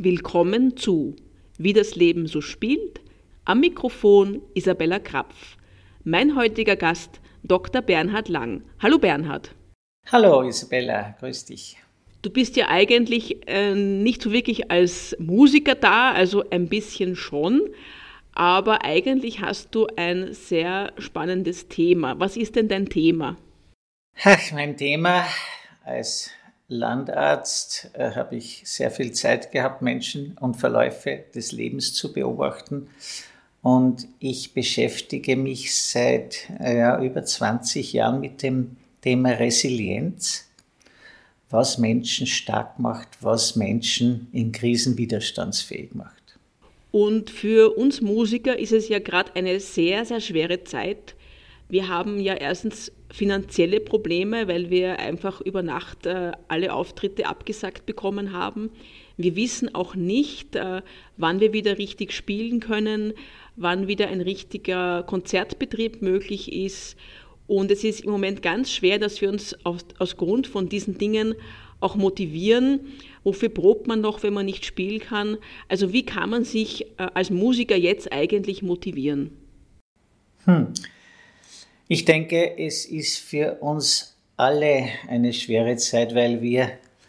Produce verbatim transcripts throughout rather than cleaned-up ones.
Willkommen zu Wie das Leben so spielt. Am Mikrofon Isabella Krapf. Mein heutiger Gast Doktor Bernhard Lang. Hallo Bernhard. Hallo Isabella, grüß dich. Du bist ja eigentlich äh, nicht so wirklich als Musiker da, also ein bisschen schon, aber eigentlich hast du ein sehr spannendes Thema. Was ist denn dein Thema? Ach, mein Thema als Landarzt äh, habe ich sehr viel Zeit gehabt, Menschen und Verläufe des Lebens zu beobachten. Und ich beschäftige mich seit äh, ja, über zwanzig Jahren mit dem Thema Resilienz, was Menschen stark macht, was Menschen in Krisen widerstandsfähig macht. Und für uns Musiker ist es ja gerade eine sehr, sehr schwere Zeit. Wir haben ja erstens finanzielle Probleme, weil wir einfach über Nacht äh, alle Auftritte abgesagt bekommen haben. Wir wissen auch nicht, äh, wann wir wieder richtig spielen können, wann wieder ein richtiger Konzertbetrieb möglich ist. Und es ist im Moment ganz schwer, dass wir uns aus, aus Grund von diesen Dingen auch motivieren. Wofür probt man noch, wenn man nicht spielen kann? Also wie kann man sich äh, als Musiker jetzt eigentlich motivieren? Hm. Ich denke, es ist für uns alle eine schwere Zeit, weil wir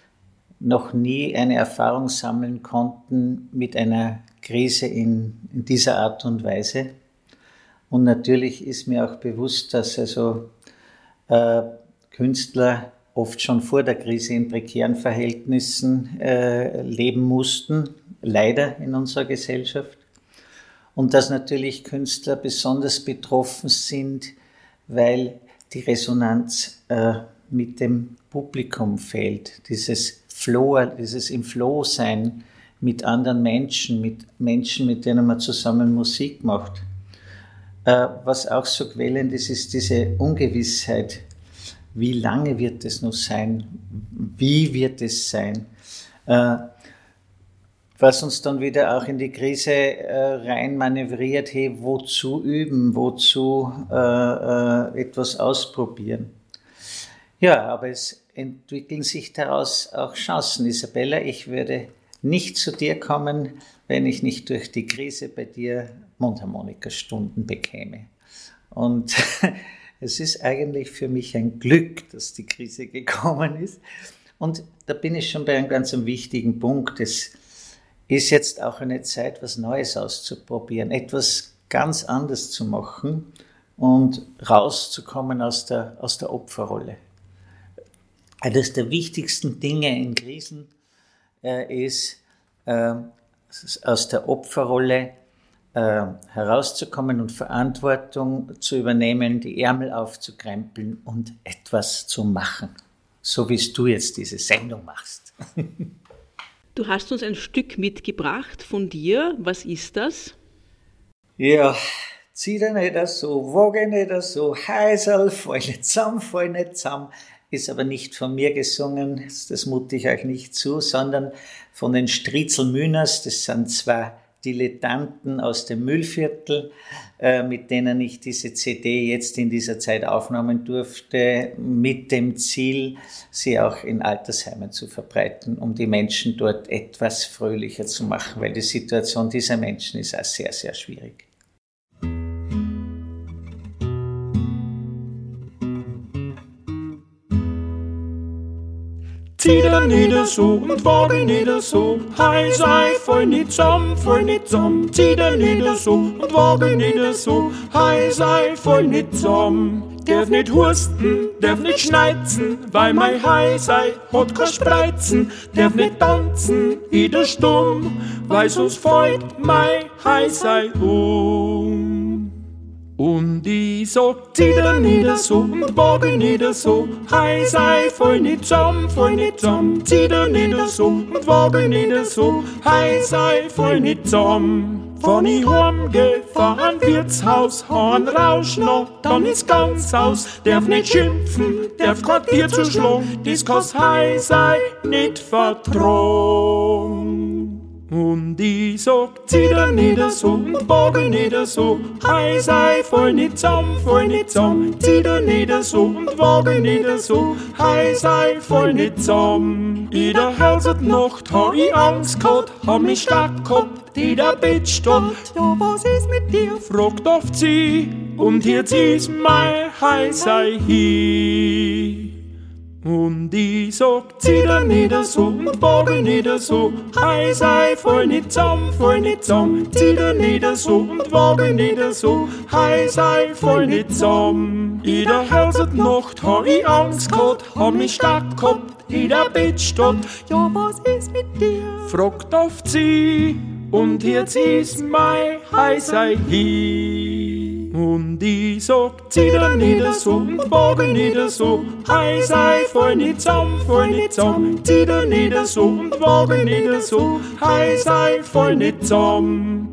noch nie eine Erfahrung sammeln konnten mit einer Krise in, in dieser Art und Weise. Und natürlich ist mir auch bewusst, dass also äh, Künstler oft schon vor der Krise in prekären Verhältnissen äh, leben mussten, leider in unserer Gesellschaft. Und dass natürlich Künstler besonders betroffen sind, weil die Resonanz äh, mit dem Publikum fehlt. Dieses Flow, dieses im Flow sein mit anderen Menschen, mit Menschen, mit denen man zusammen Musik macht. Äh, was auch so quälend ist, ist diese Ungewissheit. Wie lange wird es noch sein? Wie wird es sein? Äh, was uns dann wieder auch in die Krise äh, rein manövriert, hey, wozu üben, wozu äh, äh, etwas ausprobieren. Ja, aber es entwickeln sich daraus auch Chancen. Isabella, ich würde nicht zu dir kommen, wenn ich nicht durch die Krise bei dir Mundharmonikastunden bekäme. Und es ist eigentlich für mich ein Glück, dass die Krise gekommen ist. Und da bin ich schon bei einem ganz wichtigen Punkt. Es ist jetzt auch eine Zeit, was Neues auszuprobieren, etwas ganz anderes zu machen und rauszukommen aus der, aus der Opferrolle. Eines der wichtigsten Dinge in Krisen äh, ist, äh, aus der Opferrolle äh, herauszukommen und Verantwortung zu übernehmen, die Ärmel aufzukrempeln und etwas zu machen. So wie du jetzt diese Sendung machst. Du hast uns ein Stück mitgebracht von dir. Was ist das? Ja, zieh dir nicht so, wage nicht so, heißerl, fall nicht zusammen, fall nicht zusammen. Ist aber nicht von mir gesungen, das mute ich euch nicht zu, sondern von den Striezel-Mühners. Das sind zwei Dilettanten aus dem Mühlviertel, äh, mit denen ich diese C D jetzt in dieser Zeit aufnehmen durfte, mit dem Ziel, sie auch in Altersheimen zu verbreiten, um die Menschen dort etwas fröhlicher zu machen, weil die Situation dieser Menschen ist auch sehr, sehr schwierig. Zieh dir nieder so und wage nieder so, hei sei, fall nicht zusammen, fall nicht zusammen. Zieh dir nieder so und wage nieder so, hei sei, fall nicht zusammen. Darf nicht husten, darf nicht schneizen, weil mein hei sei, hat kein Spreizen. Darf nicht tanzen, wieder stumm, weil sonst fällt mein hei sei um. Und ich sag, zieh dir nieder so und wage nieder so, hei sei, fall nicht zusammen, fall nicht zusammen. Zieh dir nieder so und wage nieder so, hei sei, fall nicht zusammen. Wenn ich heimgeh, fahr an Wirtshaus, hau an Rausch noch, dann ist ganz aus. Darf nicht schimpfen, darf kein Tier zu schlagen, das kann's hei sei, nicht vertragen. Und ich sag, zieh dir nieder so und wage nieder so, hei sei, fall nicht zusammen, fall nicht zusammen, zieh dir nieder so und wage nieder so, hei sei, fall nicht zusammen. In der Hälfte Nacht hab ich Angst gehabt, hab mich stark gehabt, in der Bett stand. Ja, was ist mit dir? Fragt oft sie, und jetzt ist mein hei sei hi. Und ich sag, zieh dir nieder so und wage nieder so, hei sei, fall nicht zusammen, fall nicht zusammen, zieh dir nieder so und wage nieder so, hei sei, fall nicht zusammen. In der Hälfte Nacht hab ich Angst gehabt, hab mich stark gehabt, in der Bett stand. Ja, was ist mit dir? Fragt oft sie, und jetzt ist mein hei sei hi. Und ich sag, zieh dir nieder so und wage nieder so, hei sei, fall nicht zusammen, fall nicht zusammen, zieh dir nieder so und wage nieder so, hei sei, fall nicht zusammen.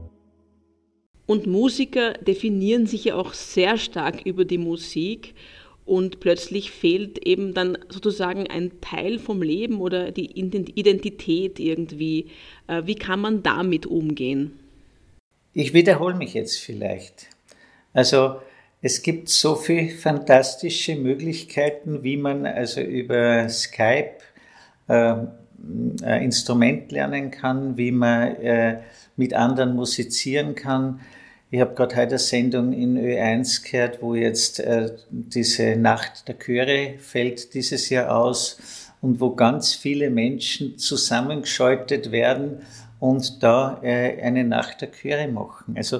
Und Musiker definieren sich ja auch sehr stark über die Musik und plötzlich fehlt eben dann sozusagen ein Teil vom Leben oder die Identität irgendwie. Wie kann man damit umgehen? Ich wiederhole mich jetzt vielleicht. Also es gibt so viele fantastische Möglichkeiten, wie man also über Skype äh, ein Instrument lernen kann, wie man äh, mit anderen musizieren kann. Ich habe gerade heute eine Sendung in Ö eins gehört, wo jetzt äh, diese Nacht der Chöre fällt dieses Jahr aus und wo ganz viele Menschen zusammengeschaltet werden und da äh, eine Nacht der Chöre machen. Also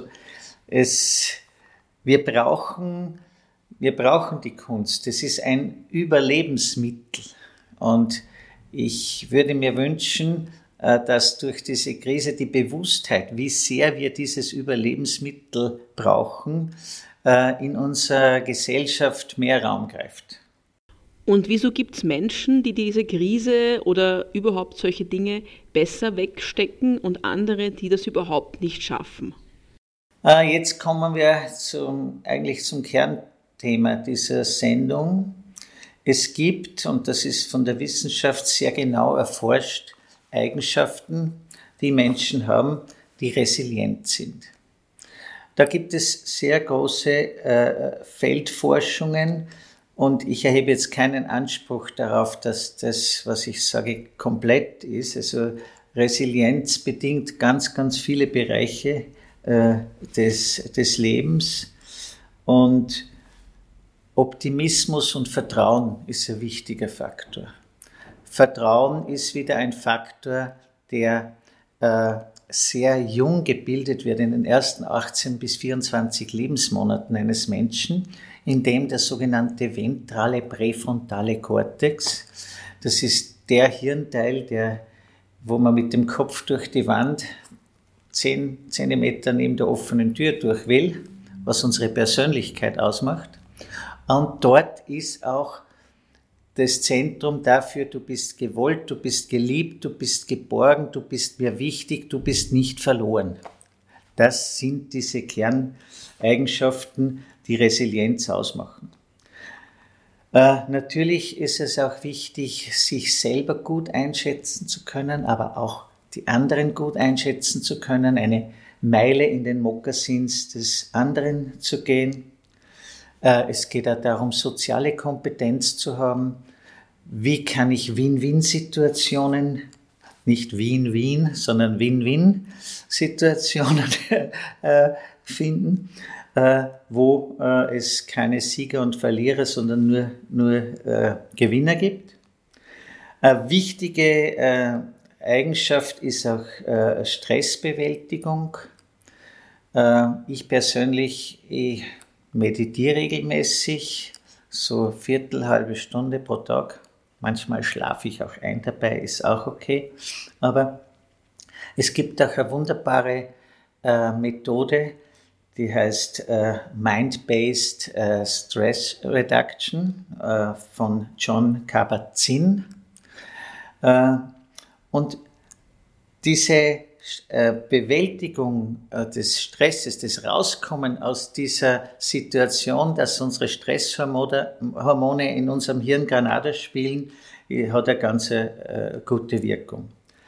es, wir brauchen, wir brauchen die Kunst. Es ist ein Überlebensmittel und ich würde mir wünschen, dass durch diese Krise die Bewusstheit, wie sehr wir dieses Überlebensmittel brauchen, in unserer Gesellschaft mehr Raum greift. Und wieso gibt es Menschen, die diese Krise oder überhaupt solche Dinge besser wegstecken und andere, die das überhaupt nicht schaffen? Jetzt kommen wir zum, eigentlich zum Kernthema dieser Sendung. Es gibt, und das ist von der Wissenschaft sehr genau erforscht, Eigenschaften, die Menschen haben, die resilient sind. Da gibt es sehr große äh, Feldforschungen und ich erhebe jetzt keinen Anspruch darauf, dass das, was ich sage, komplett ist. Also Resilienz bedingt ganz, ganz viele Bereiche äh, des, des Lebens und Optimismus und Vertrauen ist ein wichtiger Faktor. Vertrauen ist wieder ein Faktor, der äh, sehr jung gebildet wird in den ersten achtzehn bis vierundzwanzig Lebensmonaten eines Menschen, in dem der sogenannte ventrale präfrontale Kortex, das ist der Hirnteil, der, wo man mit dem Kopf durch die Wand zehn Zentimeter neben der offenen Tür durch will, was unsere Persönlichkeit ausmacht. Und dort ist auch das Zentrum dafür, du bist gewollt, du bist geliebt, du bist geborgen, du bist mir wichtig, du bist nicht verloren. Das sind diese Kerneigenschaften, die Resilienz ausmachen. Äh, natürlich ist es auch wichtig, sich selber gut einschätzen zu können, aber auch die anderen gut einschätzen zu können, eine Meile in den Mokassins des anderen zu gehen. Es geht auch darum, soziale Kompetenz zu haben. Wie kann ich Win-Win-Situationen, nicht Win-Win, sondern Win-Win-Situationen äh, finden, äh, wo äh, es keine Sieger und Verlierer, sondern nur, nur äh, Gewinner gibt. Eine wichtige äh, Eigenschaft ist auch äh, Stressbewältigung. Äh, ich persönlich, ich meditiere regelmäßig, so Viertel, halbe Stunde pro Tag. Manchmal schlafe ich auch ein dabei, ist auch okay. Aber es gibt auch eine wunderbare äh, Methode, die heißt äh, Mind-Based äh, Stress Reduction äh, von Jon Kabat-Zinn. Äh, und diese Bewältigung des Stresses, das Rauskommen aus dieser Situation, dass unsere Stresshormone in unserem Hirn Granada spielen, hat eine ganz äh, gute Wirkung.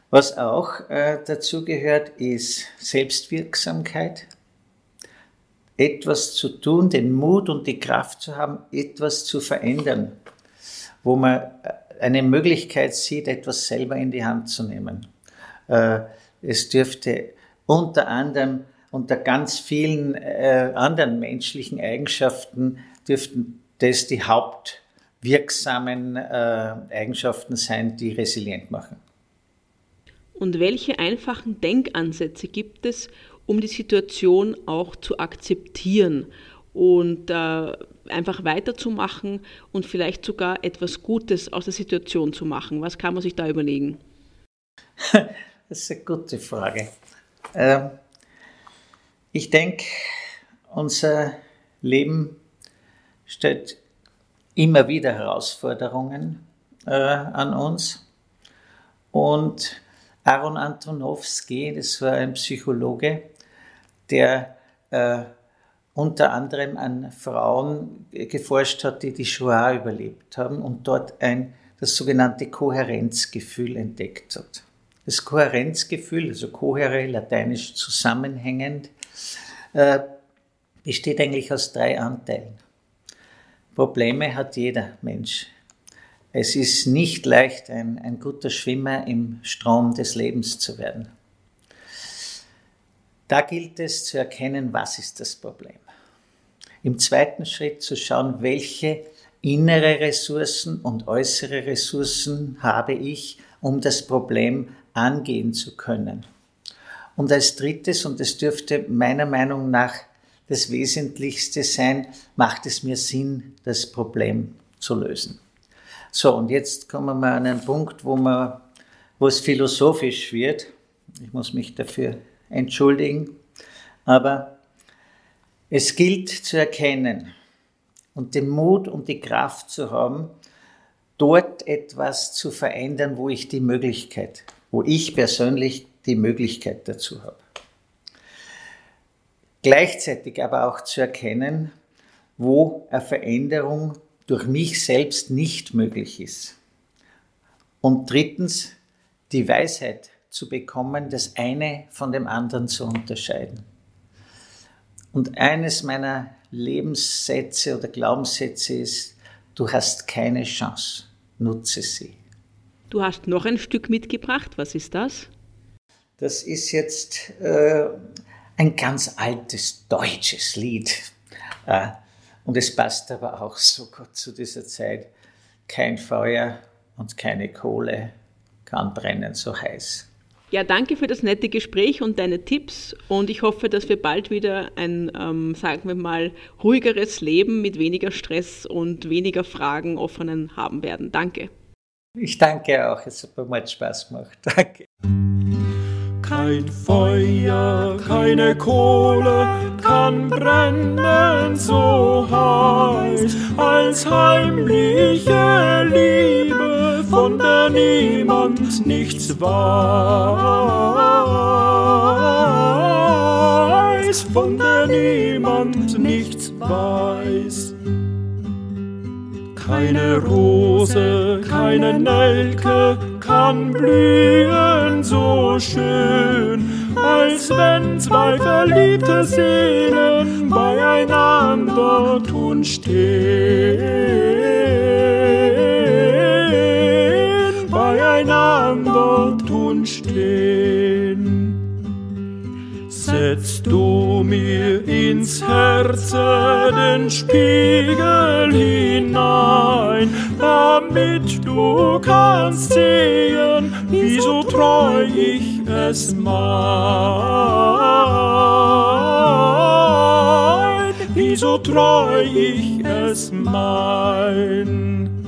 Was auch äh, dazu gehört, ist Selbstwirksamkeit. Etwas zu tun, den Mut und die Kraft zu haben, etwas zu verändern, wo man eine Möglichkeit sieht, etwas selber in die Hand zu nehmen. Äh, es dürfte unter anderem, unter ganz vielen äh, anderen menschlichen Eigenschaften, dürften das die hauptwirksamen äh, Eigenschaften sein, die resilient machen. Und welche einfachen Denkansätze gibt es, um die Situation auch zu akzeptieren und äh, einfach weiterzumachen und vielleicht sogar etwas Gutes aus der Situation zu machen? Was kann man sich da überlegen? Das ist eine gute Frage. Ähm, ich denke, unser Leben stellt immer wieder Herausforderungen äh, an uns. Und Aaron Antonowski, das war ein Psychologe, der äh, unter anderem an Frauen geforscht hat, die die Shoah überlebt haben und dort ein, das sogenannte Kohärenzgefühl entdeckt hat. Das Kohärenzgefühl, also kohere, lateinisch zusammenhängend, äh, besteht eigentlich aus drei Anteilen. Probleme hat jeder Mensch. Es ist nicht leicht, ein, ein guter Schwimmer im Strom des Lebens zu werden. Da gilt es zu erkennen, was ist das Problem. Im zweiten Schritt zu schauen, welche innere Ressourcen und äußere Ressourcen habe ich, um das Problem angehen zu können. Und als drittes, und das dürfte meiner Meinung nach das Wesentlichste sein, macht es mir Sinn, das Problem zu lösen. So, und jetzt kommen wir an einen Punkt, wo, man, wo es philosophisch wird. Ich muss mich dafür entschuldigen. Aber es gilt zu erkennen und den Mut und die Kraft zu haben, dort etwas zu verändern, wo ich die Möglichkeit, wo ich persönlich die Möglichkeit dazu habe. Gleichzeitig aber auch zu erkennen, wo eine Veränderung durch mich selbst nicht möglich ist. Und drittens, die Weisheit zu bekommen, das eine von dem anderen zu unterscheiden. Und eines meiner Lebenssätze oder Glaubenssätze ist, du hast keine Chance, nutze sie. Du hast noch ein Stück mitgebracht, was ist das? Das ist jetzt äh, ein ganz altes deutsches Lied. Äh, Und es passt aber auch so gut zu dieser Zeit. Kein Feuer und keine Kohle kann brennen so heiß. Ja, danke für das nette Gespräch und deine Tipps. Und ich hoffe, dass wir bald wieder ein, ähm, sagen wir mal, ruhigeres Leben mit weniger Stress und weniger Fragen offenen haben werden. Danke. Ich danke auch. Es hat mir mal Spaß gemacht. Danke. Kein Feuer, keine Kohle kann brennen so heiß als heimliche Liebe, von der niemand nichts weiß, von der niemand nichts weiß. Keine Rose, keine Nelke kann blühen so schön, als wenn zwei verliebte Seelen beieinander tun stehen, beieinander tun stehen. Setzt du mir ins Herz den Spiegel hinein, damit du kannst sehen, wie so treu ich es mein, wie so treu ich es mein.